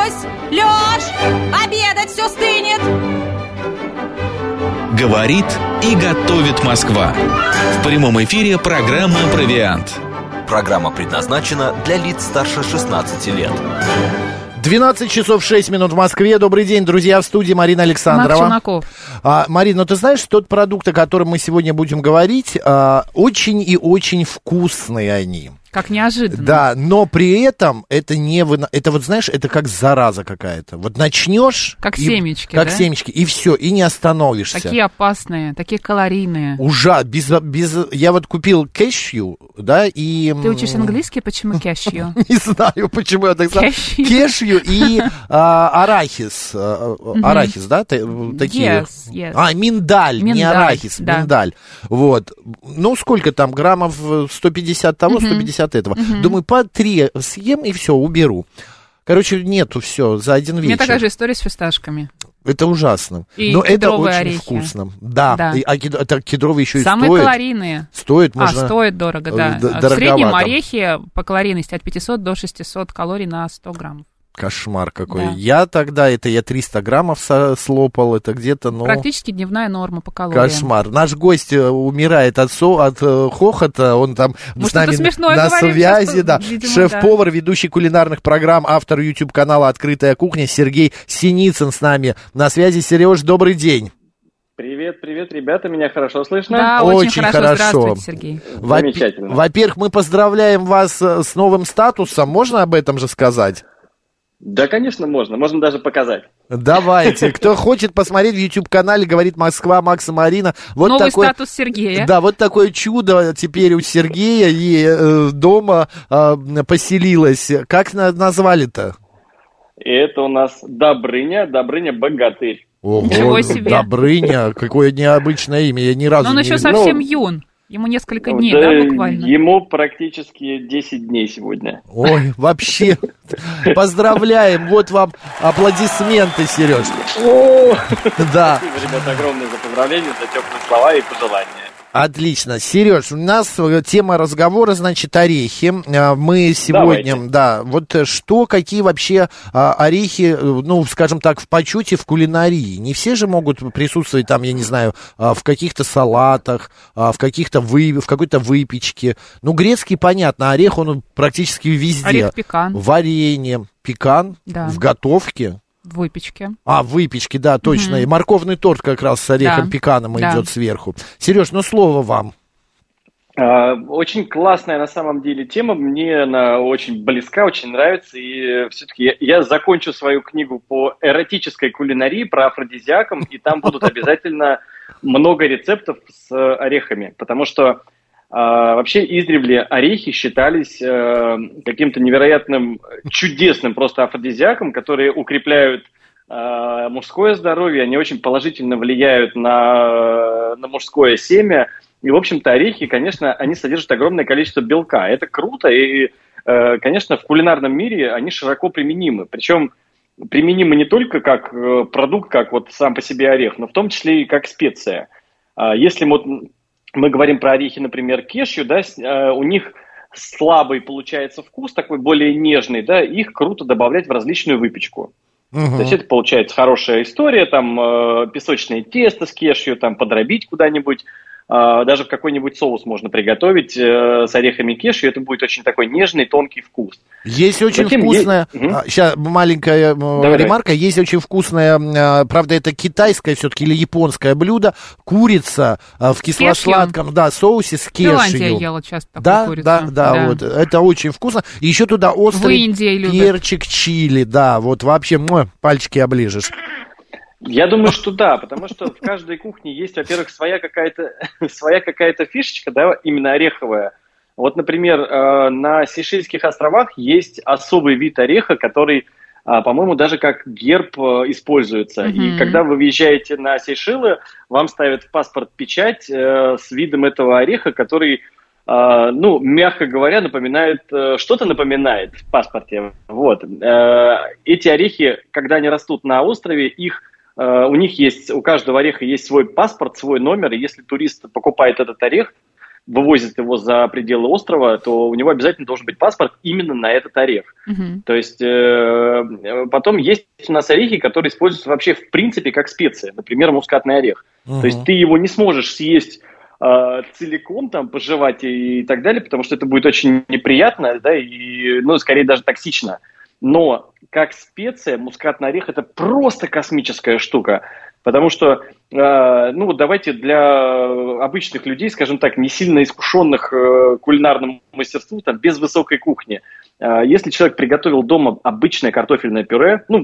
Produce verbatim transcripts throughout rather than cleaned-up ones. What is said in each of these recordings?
Марусь, Лёш, обедать все стынет. Говорит и готовит Москва. В прямом эфире программа «Провиант». Программа предназначена для лиц старше шестнадцати лет. двенадцать часов шесть минут в Москве. Добрый день, друзья, в студии Марина Александрова. Марк Челноков. А, Марина, ну ты знаешь, тот продукт, о котором мы сегодня будем говорить, а, очень и очень вкусные они. Как неожиданно. Да, но при этом это не... Вы... Это вот, знаешь, это как зараза какая-то. Вот начнешь... Как и... семечки, Как да? семечки, и все, и не остановишься. Такие опасные, такие калорийные. Ужас, без, без... Я вот купил кешью, да, и... Ты учишь английский, почему кешью? Не знаю, почему я так сказал. Кешью. Кешью и а, арахис. А, арахис, да? Т- такие. Yes, yes. А, миндаль, не Миндаль, арахис, да. миндаль. Вот. Ну, сколько там? Граммов сто пятьдесят того, сто пятьдесят этого. Думаю, по три съем и все, уберу. Короче, нету все за один вечер. У меня такая же история с фисташками. Это ужасно. И но это очень орехи. вкусно. Да. Да. И, а кед- это кедровые еще Самые и стоят. калорийные. Стоит, можно... А, стоит дорого, да. д- В среднем дороговато. орехи по калорийности от пятисот до шестисот калорий на сто граммов. Кошмар какой. Да. Я тогда, это я триста граммов со- слопал, это где-то, ну... Практически дневная норма по калориям. Кошмар. Наш гость э, умирает от, со, от э, хохота, он там Мы с нами что-то смешное на говорим связи, сейчас, да. видимо, Шеф-повар, ведущий кулинарных программ, автор YouTube-канала «Открытая кухня» Сергей Синицын с нами на связи. Сереж, добрый день. Привет, привет, ребята, меня хорошо слышно? Да, очень, Очень хорошо. хорошо. Здравствуйте, Сергей. Во- Замечательно. Во-первых, мы поздравляем вас э, с новым статусом, можно об этом же сказать? Да, конечно, можно, можно даже показать. Давайте. Кто хочет посмотреть в YouTube-канале «Говорит Москва», Макса Марина. Вот Новый такой, статус Сергея. Да, вот такое чудо теперь у Сергея и э, дома э, поселилось. Как на- назвали-то? Это у нас Добрыня, Добрыня-богатырь. Ого, Ничего себе. Добрыня, какое необычное имя, я ни разу Но он не еще видел. совсем Ну, юн. Ему несколько дней, Да, да, буквально? Ему практически десять дней сегодня. Ой, вообще, поздравляем, вот вам аплодисменты, Сереж. О! Да. Спасибо, ребята, огромное за поздравления, за теплые слова и пожелания. Отлично. Сереж, у нас тема разговора, значит, орехи. А, Мы сегодня, Давайте. да, вот что, какие вообще а, орехи, ну, скажем так, в почете в кулинарии? Не все же могут присутствовать там, я не знаю, а, в каких-то салатах, а, в каких-то вы, в какой-то выпечке. Ну, грецкий, понятно, орех, он практически везде. Орех пекан. Варенье, пекан Да. в готовке. В выпечке. А, выпечки, да, точно. Мгм. И морковный торт как раз с орехом Да, пеканом да. идет сверху. Сереж, ну слово вам. А, Очень классная на самом деле тема, мне она очень близка, очень нравится, и все-таки я, я закончу свою книгу по эротической кулинарии, про афродизиаком, и там будут обязательно много рецептов с орехами, потому что а, вообще издревле орехи считались э, каким-то невероятным, чудесным просто афродизиаком, которые укрепляют э, мужское здоровье, они очень положительно влияют на, на мужское семя. И, в общем-то, орехи, конечно, они содержат огромное количество белка. Это круто, и, э, конечно, в кулинарном мире они широко применимы. Причем применимы не только как э, продукт, как вот сам по себе орех, но в том числе и как специя. А если вот мы говорим про орехи, например, кешью, да, с- э, у них слабый получается вкус, такой более нежный, да, их круто добавлять в различную выпечку. Мгм. То есть это получается хорошая история, там э, песочное тесто с кешью, там подробить куда-нибудь, э, даже в какой-нибудь соус можно приготовить э, с орехами кешью, это будет очень такой нежный, тонкий вкус. Есть очень Затем вкусная, есть- Мгм. сейчас маленькая м, Давай, ремарка, есть очень вкусная, м, правда, это китайское все-таки или японское блюдо, курица а, в кисло-сладком, да, соусе с Финляндия кешью. ела часто такую Да, курицу. да, да, вот, это очень вкусно. И еще туда острый Индии любят. перчик чили, да, вот вообще, м, пальчики оближешь. Я думаю, что да, потому что в каждой кухне есть, во-первых, своя какая-то своя какая-то фишечка, да, именно ореховая. Вот, например, э, на Сейшельских островах есть особый вид ореха, который, а, по-моему, даже как герб э, используется. Мгм. И когда вы въезжаете на Сейшелы, вам ставят в паспорт печать э, с видом этого ореха, который, э, ну, мягко говоря, напоминает, э, что-то напоминает в паспорте. Вот. Э, эти орехи, когда они растут на острове, их э, у них есть, у каждого ореха есть свой паспорт, свой номер, и если турист покупает этот орех, вывозит его за пределы острова, то у него обязательно должен быть паспорт именно на этот орех. Угу. То есть э, потом есть у нас орехи, которые используются вообще в принципе как специя, например, мускатный орех. Угу. То есть ты его не сможешь съесть э, целиком, там, пожевать и, и так далее, потому что это будет очень неприятно, да, и, ну, скорее даже токсично. Но как специя мускатный орех – это просто космическая штука. Потому что, э, ну, давайте для обычных людей, скажем так, не сильно искушенных э, кулинарному мастерству, там, без высокой кухни, э, если человек приготовил дома обычное картофельное пюре, ну,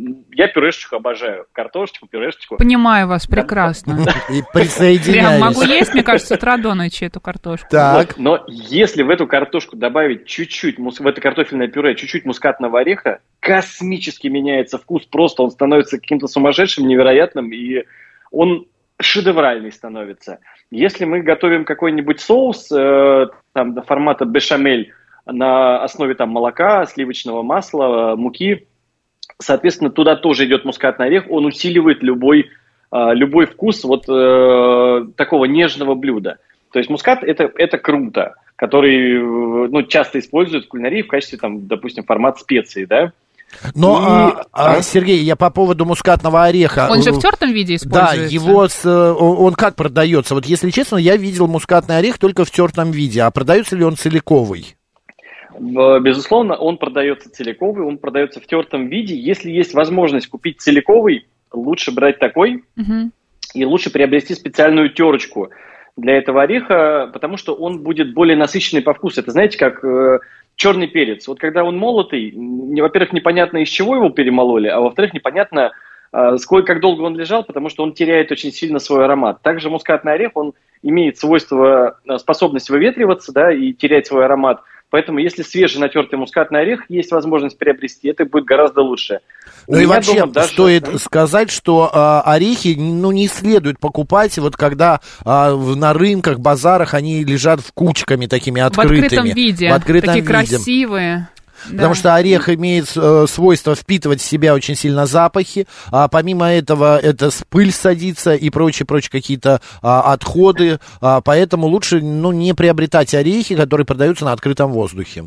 я пюрешечку обожаю, картошечку, пюрешечку. Понимаю вас прекрасно. И присоединяюсь. Прям могу есть, мне кажется, с утра до ночи эту картошку. Так. Вот, но если в эту картошку добавить чуть-чуть, в это картофельное пюре чуть-чуть мускатного ореха, космически меняется вкус, просто он становится каким-то сумасшедшим, невероятным, и он шедевральный становится. Если мы готовим какой-нибудь соус э, там, формата бешамель на основе там, молока, сливочного масла, муки, соответственно, туда тоже идет мускатный орех, он усиливает любой, э, любой вкус вот э, такого нежного блюда. То есть мускат это, это круто, который ну, часто используют в кулинарии в качестве, там, допустим, формат специй, да. Но, И... а, а, Сергей, я по поводу мускатного ореха. Он же в тертом виде используется. Да, его с, он, он как продается? Вот, если честно, я видел мускатный орех только в тертом виде. А продается ли он целиковый? Безусловно, он продается целиковый, он продается в тертом виде. Если есть возможность купить целиковый, лучше брать такой, Угу. и лучше приобрести специальную терочку для этого ореха, потому что он будет более насыщенный по вкусу. Это, знаете, как э, черный перец. Вот когда он молотый, не, во-первых, непонятно, из чего его перемололи, а во-вторых, непонятно, э, сколько, как долго он лежал, потому что он теряет очень сильно свой аромат. Также мускатный орех, он имеет свойство, способность выветриваться, да, и терять свой аромат. Поэтому, если свежий натертый мускатный орех есть возможность приобрести, это будет гораздо лучше. Ну У и меня вообще дома даже... стоит сказать, что а, орехи, ну, не следует покупать, вот когда а, в, на рынках, базарах они лежат в кучками такими открытыми. В открытом виде. В открытом Такие виде. красивые. Потому Да. что орех имеет э, свойство впитывать в себя очень сильно запахи, а помимо этого это пыль садится и прочие-прочие какие-то а, отходы, а, поэтому лучше ну, не приобретать орехи, которые продаются на открытом воздухе.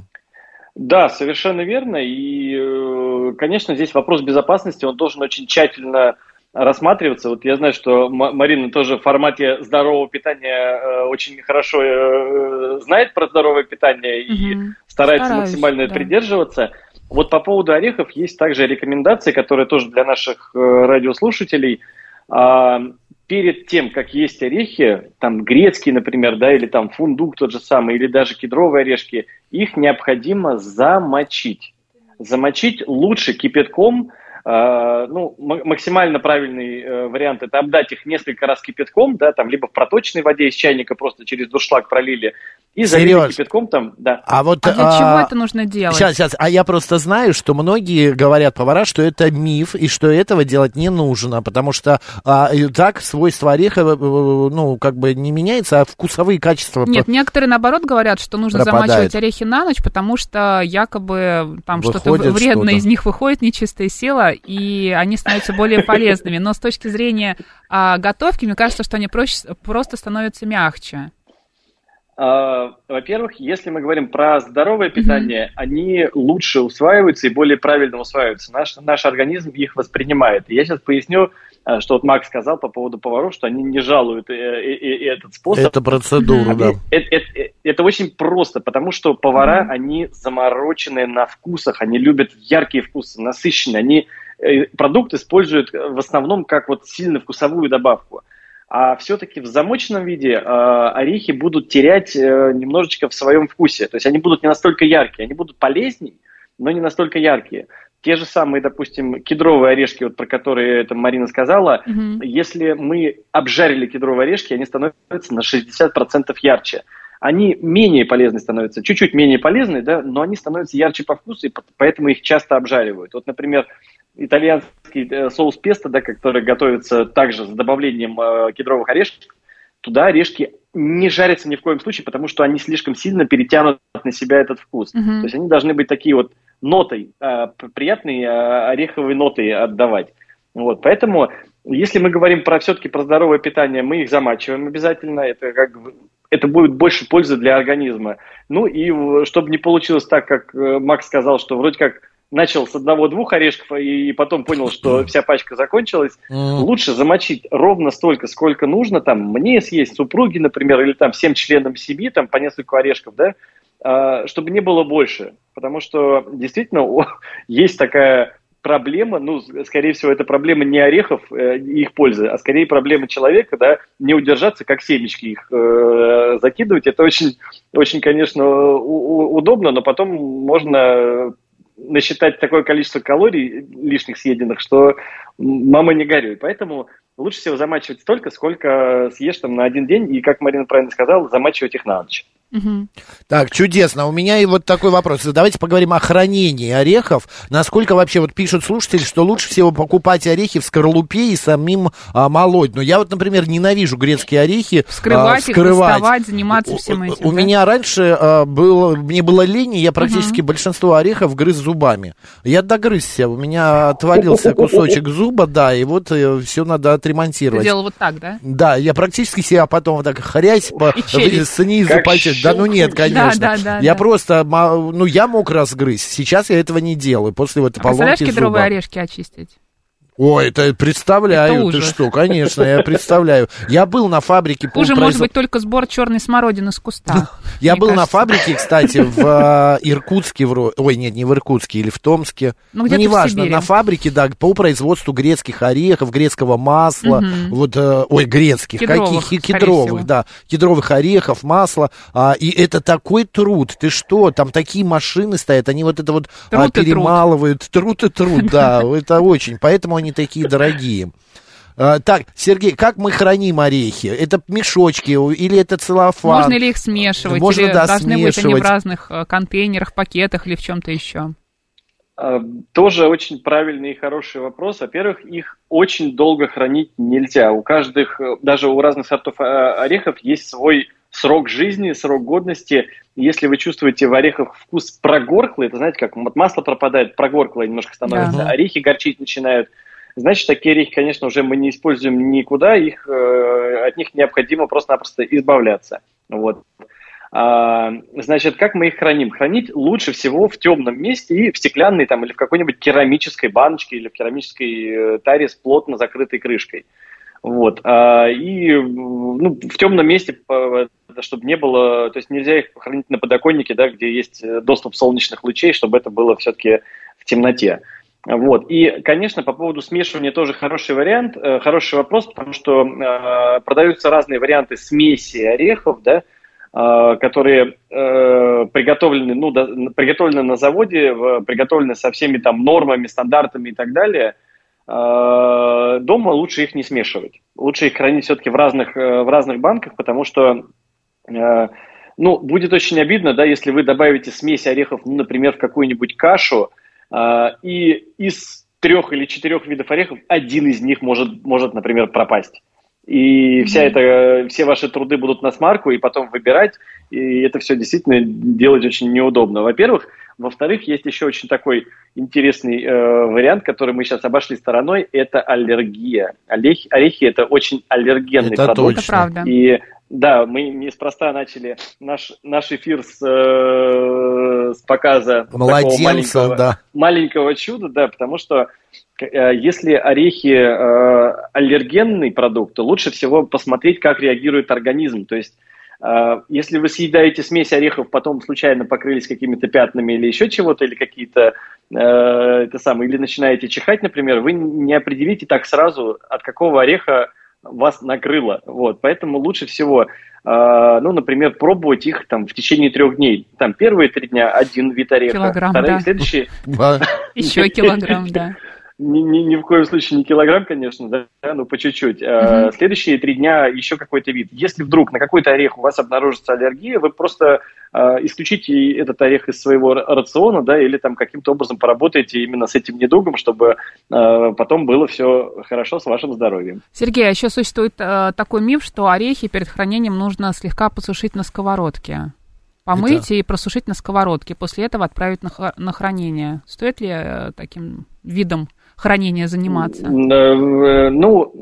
Да, совершенно верно. И, э, конечно, здесь вопрос безопасности, он должен очень тщательно рассматриваться. Вот я знаю, что М- Марина тоже в формате здорового питания э, очень хорошо э, знает про здоровое питание и Мгм. старается Стараюсь, максимально да. придерживаться. Вот по поводу орехов есть также рекомендации, которые тоже для наших э, радиослушателей. А, перед тем, как есть орехи, там грецкий, например, да, или там фундук тот же самый, или даже кедровые орешки, их необходимо замочить. Замочить лучше кипятком. Uh, ну, м- максимально правильный uh, вариант – это обдать их несколько раз кипятком, да, там, либо в проточной воде из чайника просто через дуршлаг пролили, и залили Серёж, кипятком там, да. А вот А для а, чего это нужно делать? Сейчас, сейчас. А я просто знаю, что многие говорят повара, что это миф, и что этого делать не нужно, потому что а, и так свойства ореха, э, ну, как бы не меняется, а вкусовые качества... Нет, некоторые, наоборот, говорят, что нужно пропадает. замачивать орехи на ночь, потому что якобы там что-то Выходит вредное что-то. из них выходит, нечистая сила, и они становятся более полезными. Но с точки зрения а, готовки, мне кажется, что они проще, просто становятся мягче. Uh, во-первых, если мы говорим про здоровое питание, mm-hmm. они лучше усваиваются и более правильно усваиваются. Наш, наш организм их воспринимает. И я сейчас поясню, что вот Макс сказал по поводу поваров, что они не жалуют э, э, э, этот способ. Эту процедуру, да. Это, это, это очень просто, потому что повара, mm-hmm. они замороченные на вкусах, они любят яркие вкусы, насыщенные. Они э, продукт используют в основном как вот сильно вкусовую добавку. А все-таки в замоченном виде э, орехи будут терять э, немножечко в своем вкусе. То есть они будут не настолько яркие, они будут полезней, но не настолько яркие. Те же самые, допустим, кедровые орешки, вот про которые это Марина сказала, Mm-hmm. если мы обжарили кедровые орешки, они становятся на шестьдесят процентов ярче. Они менее полезны становятся, чуть-чуть менее полезны, да, но они становятся ярче по вкусу, и поэтому их часто обжаривают. Вот, например, итальянский э, соус песто, да, который готовится также с добавлением э, кедровых орешков, туда орешки не жарятся ни в коем случае, потому что они слишком сильно перетянут на себя этот вкус. Mm-hmm. То есть они должны быть такие вот нотой, э, приятные э, ореховые ноты отдавать. Вот, поэтому, если мы говорим про все-таки про здоровое питание, мы их замачиваем обязательно. Это как это будет больше пользы для организма. Ну и чтобы не получилось так, как Макс сказал, что вроде как начал с одного-двух орешков и потом понял, что вся пачка закончилась, mm. лучше замочить ровно столько, сколько нужно, там, мне съесть, супруге, например, или там всем членам семьи, там, по несколько орешков, да, чтобы не было больше. Потому что действительно есть такая проблема, ну, скорее всего, это проблема не орехов и их пользы, а скорее проблема человека, да, не удержаться, как семечки их э, закидывать. Это очень, очень, конечно, у- удобно, но потом можно насчитать такое количество калорий лишних съеденных, что мама не горюй. Поэтому лучше всего замачивать столько, сколько съешь там на один день, и, как Марина правильно сказала, замачивать их на ночь. Угу. Так, чудесно. У меня и вот такой вопрос. Давайте поговорим о хранении орехов. Насколько вообще, вот пишут слушатели, что лучше всего покупать орехи в скорлупе и самим а, молоть. Но я вот, например, ненавижу грецкие орехи. Вскрывать а, их, доставать, заниматься всем этим. У да? меня раньше а, было, мне было лень, и я практически угу. большинство орехов грыз зубами. Я догрызся, у меня отвалился кусочек зуба, да, и вот все надо отремонтировать. Ты делал вот так, да? Да, я практически себя потом вот так хрясь по, снизу почти. Да, ну нет, конечно. Да, да, да, я да. просто, ну я мог разгрызть, сейчас я этого не делаю, после вот а поломки зуба. Представляешь, кедровые орешки очистить? Ой, это представляю, это ты что, конечно, я представляю. Я был на фабрике по Хуже, производ... может быть, только сбор черной смородины с куста. Я был на фабрике, кстати, в Иркутске, ой, нет, не в Иркутске, или в Томске, ну, неважно, на фабрике, да, по производству грецких орехов, грецкого масла, вот, ой, грецких, каких, кедровых, да, кедровых орехов, масла, и это такой труд, ты что, там такие машины стоят, они вот это вот перемалывают, труд и труд, да, это очень, поэтому они такие дорогие. А, так, Сергей, как мы храним орехи? Это мешочки или это целлофан? Можно ли их смешивать? Можно, или да, должны смешивать. быть они в разных контейнерах, пакетах или в чем-то еще? Тоже очень правильный и хороший вопрос. Во-первых, их очень долго хранить нельзя. У каждых, даже у разных сортов орехов есть свой срок жизни, срок годности. Если вы чувствуете в орехах вкус прогорклый, это знаете, как масло пропадает, прогорклое немножко становится, да. Орехи горчить начинают, значит, такие орехи, конечно, уже мы не используем никуда, их, э, от них необходимо просто-напросто избавляться. Вот. А, значит, как мы их храним? Хранить лучше всего в темном месте и в стеклянной там, или в какой-нибудь керамической баночке или в керамической таре с плотно закрытой крышкой. Вот. А, и ну, в темном месте, чтобы не было, то есть нельзя их хранить на подоконнике, да, где есть доступ солнечных лучей, чтобы это было все-таки в темноте. Вот. И, конечно, по поводу смешивания тоже хороший вариант, э, хороший вопрос, потому что э, продаются разные варианты смеси орехов, да, э, которые э, приготовлены, ну, да, приготовлены на заводе, в, приготовлены со всеми там нормами, стандартами и так далее. Дома лучше их не смешивать. Лучше их хранить все-таки в разных, в разных банках, потому что ну, будет очень обидно, да, если вы добавите смесь орехов, ну, например, в какую-нибудь кашу, и из трех или четырех видов орехов один из них может, может например, пропасть. И вся эта, все ваши труды будут на смарку, и потом выбирать, и это все действительно делать очень неудобно. Во-первых. Во-вторых, есть еще очень такой интересный э, вариант, который мы сейчас обошли стороной, это аллергия. Орехи, орехи это очень аллергенный это продукт. Это правда. И да, мы неспроста начали наш, наш эфир с, э, с показа Младенца, такого маленького, да. маленького чуда, да, потому что э, если орехи э, аллергенный продукт, то лучше всего посмотреть, как реагирует организм. То есть если вы съедаете смесь орехов, потом случайно покрылись какими-то пятнами или еще чего-то, или какие-то, э, это самое, или начинаете чихать, например, вы не определите так сразу, от какого ореха вас накрыло. Вот. Поэтому лучше всего, э, ну, например, пробовать их там в течение трех дней. Там первые три дня один вид ореха, килограмм, вторые, да. следующие... Еще килограмм, да. Ни, ни, ни в коем случае не килограмм, конечно, да, но по чуть-чуть. Uh-huh. А, следующие три дня еще какой-то вид. Если вдруг на какой-то орех у вас обнаружится аллергия, вы просто а, исключите этот орех из своего рациона, да, или там каким-то образом поработаете именно с этим недугом, чтобы а, потом было все хорошо с вашим здоровьем. Сергей, а еще существует а, такой миф, что орехи перед хранением нужно слегка посушить на сковородке. Помыть это... и просушить на сковородке, после этого отправить на, на хранение. Стоит ли а, таким видом хранения заниматься? Ну,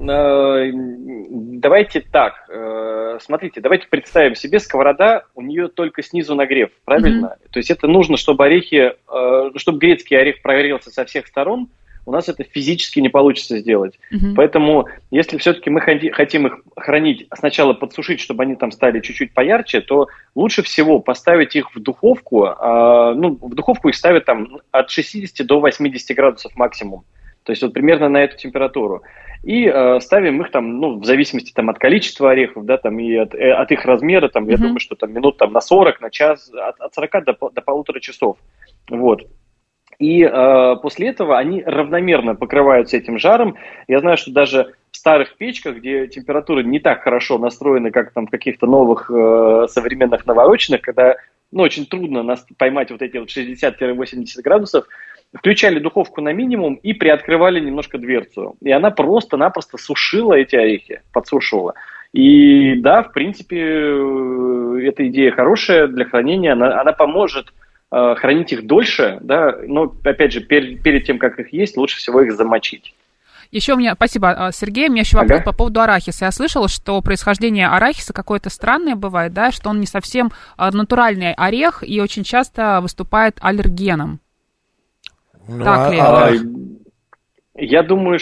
давайте так. Смотрите, давайте представим себе, сковорода, у нее только снизу нагрев, правильно? Mm-hmm. То есть это нужно, чтобы орехи, чтобы грецкий орех прогрелся со всех сторон, у нас это физически не получится сделать. Uh-huh. Поэтому, если все-таки мы хотим их хранить, сначала подсушить, чтобы они там стали чуть-чуть поярче, то лучше всего поставить их в духовку. А, ну, в духовку их ставят там от шестидесяти до восьмидесяти градусов максимум. То есть вот примерно на эту температуру. И э, ставим их там, ну, в зависимости там, от количества орехов, да, там, и от, э, от их размера, там, uh-huh. я думаю, что там минут там, на сорок, на час, от, от сорока до, до полутора часов. Вот. И э, после этого они равномерно покрываются этим жаром. Я знаю, что даже в старых печках, где температура не так хорошо настроена, как там в каких-то новых э, современных навороченных, когда ну, очень трудно нас поймать вот эти вот шестьдесят-восемьдесят градусов, включали духовку на минимум и приоткрывали немножко дверцу. И она просто-напросто сушила эти орехи, подсушивала. И да, в принципе, эта идея хорошая для хранения, она, она поможет хранить их дольше, да, но, опять же, перед, перед тем, как их есть, лучше всего их замочить. Еще у меня, спасибо, Сергей, у меня еще ага. вопрос по поводу арахиса. Я слышала, что происхождение арахиса какое-то странное бывает, да, что он не совсем натуральный орех и очень часто выступает аллергеном. Ну, так ли а, это? Я думаю,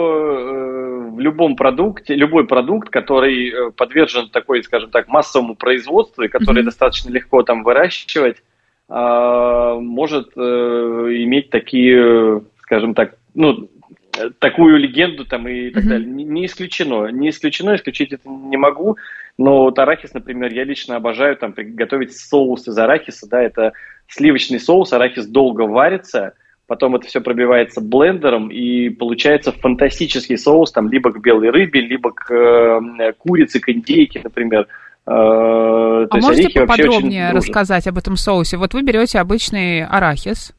что в любом продукте, любой продукт, который подвержен такой, скажем так, массовому производству и который mm-hmm. достаточно легко там выращивать, может э, иметь такие, скажем так, ну, такую легенду там и так mm-hmm. далее. Не, не исключено. Не исключено, исключить это не могу. Но вот арахис, например, я лично обожаю там приготовить соус из арахиса. Да, это сливочный соус, арахис долго варится, потом это все пробивается блендером, и получается фантастический соус там либо к белой рыбе, либо к э, курице, к индейке, например. А То можете поподробнее рассказать об этом соусе? Вот вы берете обычный арахис.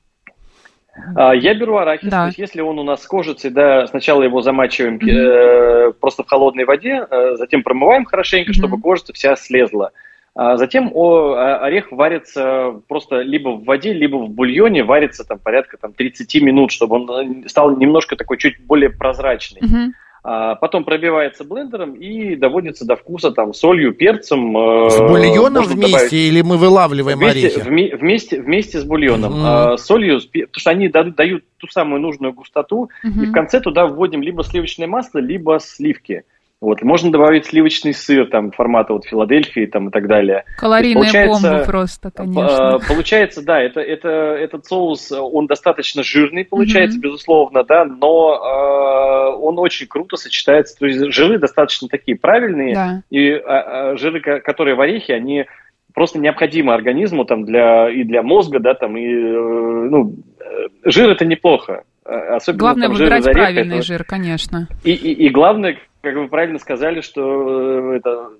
Я беру арахис, да. То есть если он у нас с кожицей, да, сначала его замачиваем mm-hmm. э, просто в холодной воде, э, затем промываем хорошенько, mm-hmm. чтобы кожица вся слезла. А затем о, орех варится просто либо в воде, либо в бульоне, варится там порядка там, тридцать минут, чтобы он стал немножко такой чуть более прозрачный. Mm-hmm. А потом пробивается блендером и доводится до вкуса там солью, перцем. С бульоном вместе добавить... или мы вылавливаем вместе, орехи? Вме- вместе, вместе с бульоном. Mm-hmm. А, солью, потому что они дают, дают ту самую нужную густоту, mm-hmm. и в конце туда вводим либо сливочное масло, либо сливки. Вот. Можно добавить сливочный сыр там, формата вот, Филадельфии там, и так далее. Калорийная бомба просто, конечно. Получается, да, это, это, этот соус, он достаточно жирный, получается, mm-hmm. безусловно, да, но э, он очень круто сочетается. То есть жиры достаточно такие правильные, да. и э, жиры, которые в орехе, они просто необходимы организму там, для, и для мозга, да, там, и, э, ну, жир это неплохо. Особенно, главное там, выбирать жир правильный это... жир, конечно. И, и, и главное, как вы правильно сказали, что это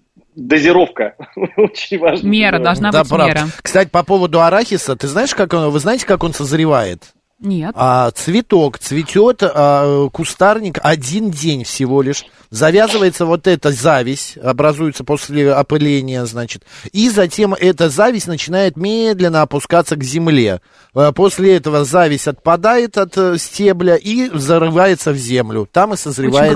дозировка очень важна. Мера, должна да, быть прав. мера. Кстати, по поводу арахиса, ты знаешь, как он, вы знаете, как он созревает? Нет. А, цветок цветет, а, кустарник один день всего лишь. Завязывается вот эта зависть, образуется после опыления, значит. И затем эта зависть начинает медленно опускаться к земле. После этого зависть отпадает от стебля и зарывается в землю. Там и созревает,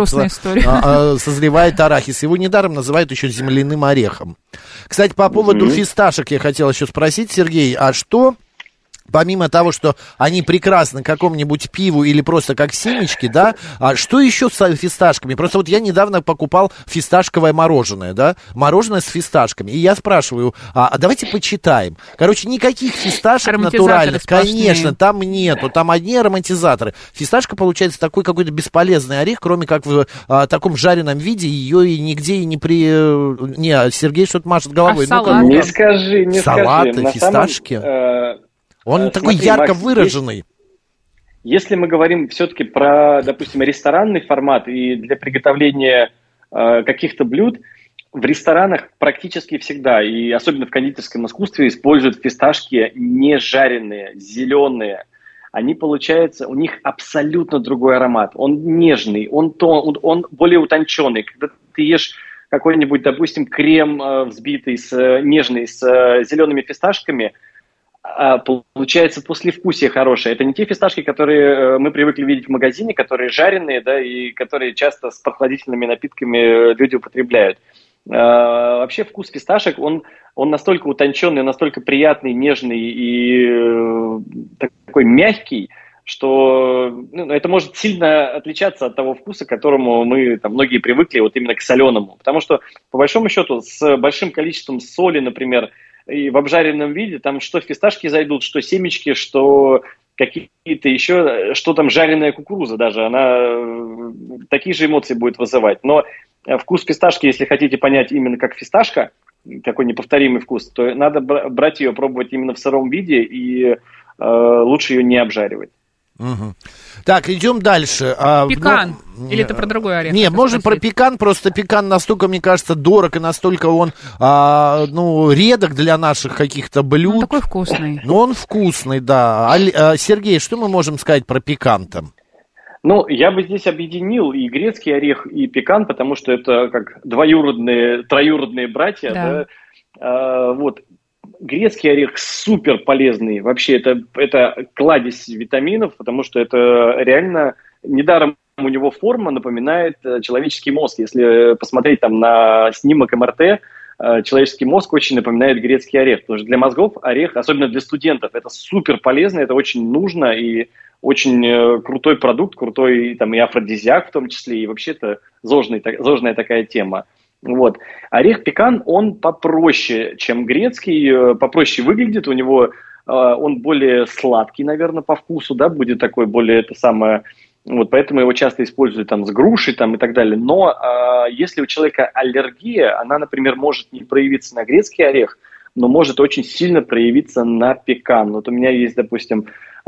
а, а, созревает арахис. Его недаром называют еще земляным орехом. Кстати, по поводу mm-hmm. фисташек я хотел еще спросить, Сергей, а что... Помимо того, что они прекрасны к какому-нибудь пиву или просто как семечки, да, а что еще с фисташками? Просто вот я недавно покупал фисташковое мороженое, да, мороженое с фисташками, и я спрашиваю, а, а давайте почитаем. Короче, никаких фисташек натуральных, сплошные. Конечно, там нету, там одни ароматизаторы. Фисташка получается такой какой-то бесполезный орех, кроме как в а, таком жареном виде, ее и нигде и не при... Не, Сергей что-то машет головой. А салаты? Ну, не скажи, не салаты, скажи. фисташки. Самом, э... Он Смотри, такой ярко Макс, выраженный. Если мы говорим все-таки про, допустим, ресторанный формат и для приготовления э, каких-то блюд, в ресторанах практически всегда, и особенно в кондитерском искусстве, используют фисташки не жареные, зеленые. Они, получается, у них абсолютно другой аромат. Он нежный, он, тон, он более утонченный. Когда ты ешь какой-нибудь, допустим, крем э, взбитый, с, нежный, с э, зелеными фисташками, а, получается послевкусие хорошее. Это не те фисташки, которые мы привыкли видеть в магазине, которые жареные, да, и которые часто с прохладительными напитками люди употребляют. А, вообще вкус фисташек, он, он настолько утонченный, настолько приятный, нежный и э, такой мягкий, что ну, это может сильно отличаться от того вкуса, к которому мы там, многие привыкли вот именно к соленому. Потому что, по большому счету, с большим количеством соли, например, и в обжаренном виде, там что фисташки зайдут, что семечки, что какие-то еще, что там жареная кукуруза даже, она такие же эмоции будет вызывать. Но вкус фисташки, если хотите понять именно как фисташка, такой неповторимый вкус, то надо брать ее, пробовать именно в сыром виде, и э, лучше ее не обжаривать. Угу. Так, идем дальше. Пекан. Ну, Или это про другой орех? Нет, может про пекан, просто пекан настолько, мне кажется, дорог, и настолько он, а, ну, редок для наших каких-то блюд. Он такой вкусный. Ну, он вкусный, да. А, Сергей, что мы можем сказать про пекан-то? Ну, я бы здесь объединил и грецкий орех, и пекан, потому что это как двоюродные, троюродные братья, да. Да? А, вот. Грецкий орех супер полезный. Вообще, это, это кладезь витаминов, потому что это реально недаром у него форма напоминает человеческий мозг. Если посмотреть там на снимок эм эр тэ, человеческий мозг очень напоминает грецкий орех. Потому что для мозгов орех, особенно для студентов, это супер полезно, это очень нужно и очень крутой продукт, крутой там, и афродизиак в том числе, и вообще это зожный, зожная такая тема. Вот. Орех пекан, он попроще, чем грецкий, попроще выглядит, у него э, он более сладкий, наверное, по вкусу, да, будет такой более, это самое, вот, поэтому его часто используют там с грушей там и так далее, но э, если у человека аллергия, она, например, может не проявиться на грецкий орех, но может очень сильно проявиться на пекан. Вот у меня есть, допустим,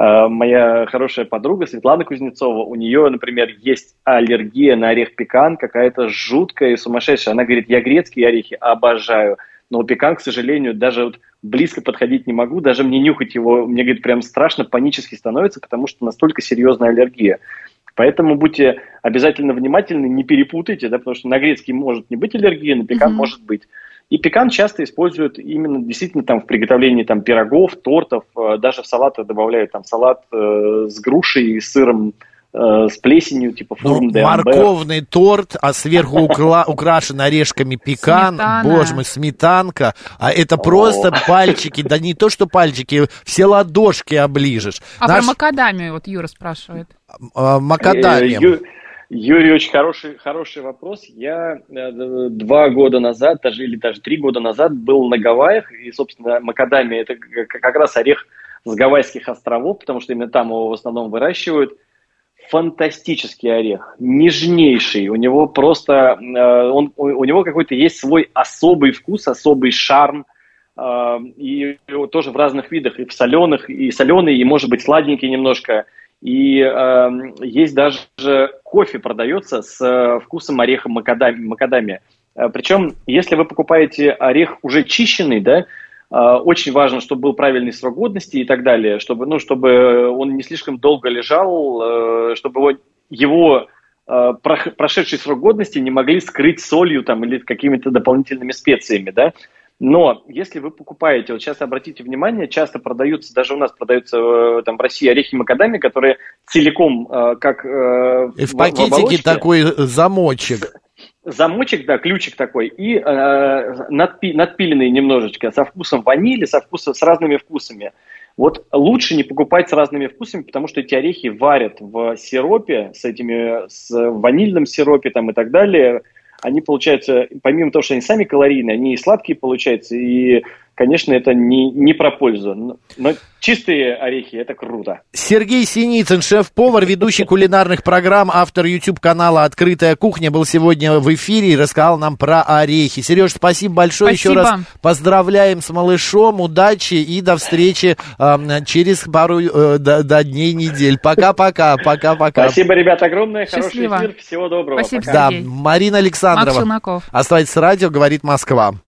моя хорошая подруга Светлана Кузнецова, у нее, например, есть аллергия на орех пекан, какая-то жуткая и сумасшедшая. Она говорит, я грецкие орехи обожаю, но пекан, к сожалению, даже вот близко подходить не могу, даже мне нюхать его, мне, говорит, прям страшно, панически становится, потому что настолько серьезная аллергия. Поэтому будьте обязательно внимательны, не перепутайте, да, потому что на грецкий может не быть аллергии, на пекан mm-hmm. может быть. И пекан часто используют именно действительно там в приготовлении там пирогов, тортов, э, даже в салаты добавляют там салат э, с грушей и сыром, э, с плесенью, типа фурм де амбер. Морковный торт, а сверху укра- украшен орешками пекан, Сметана. Боже мой, сметанка, а это просто О. пальчики, да не то что пальчики, все ладошки оближешь. А Наш... про макадамию вот Юра спрашивает. А, макадамия. Ю... Юрий, очень хороший, хороший вопрос. Я э, два года назад, даже, или даже три года назад был на Гавайях, и, собственно, макадамия – это как раз орех с Гавайских островов, потому что именно там его в основном выращивают. Фантастический орех, нежнейший, у него просто, э, он, у него какой-то есть свой особый вкус, особый шарм, э, и тоже в разных видах, и в соленых, и соленый, и, может быть, сладенький немножко. И э, есть даже кофе продается с э, вкусом ореха макадами, макадамия. Э, причем, если вы покупаете орех уже чищенный, да, э, очень важно, чтобы был правильный срок годности и так далее, чтобы, ну, чтобы он не слишком долго лежал, э, чтобы его, его э, прошедший срок годности не могли скрыть солью там, или какими-то дополнительными специями, да. Но если вы покупаете, вот сейчас обратите внимание, часто продаются, даже у нас продаются там в России орехи макадамия, которые целиком как и в, в пакетике оболочке, такой замочек. Замочек, да, ключик такой, и э, надпи, надпиленный немножечко, со вкусом ванили, со вкусом, с разными вкусами. Вот лучше не покупать с разными вкусами, потому что эти орехи варят в сиропе, с этими, с ванильным сиропе там и так далее. Они получаются, помимо того, что они сами калорийные, они и сладкие получаются, и, конечно, это не, не про пользу. Но чистые орехи – это круто. Сергей Синицын, шеф-повар, ведущий кулинарных программ, автор YouTube-канала «Открытая кухня», был сегодня в эфире и рассказал нам про орехи. Сереж, спасибо большое. Спасибо. Еще раз поздравляем с малышом, удачи и до встречи э, через пару э, до, до дней, недель. Пока-пока, пока-пока. Спасибо, ребят, огромное. Счастливо. Хороший эфир. Всего доброго. Спасибо, пока. Сергей. Да, Марина Александрова. Макс Челноков. Оставайтесь с радио, говорит Москва.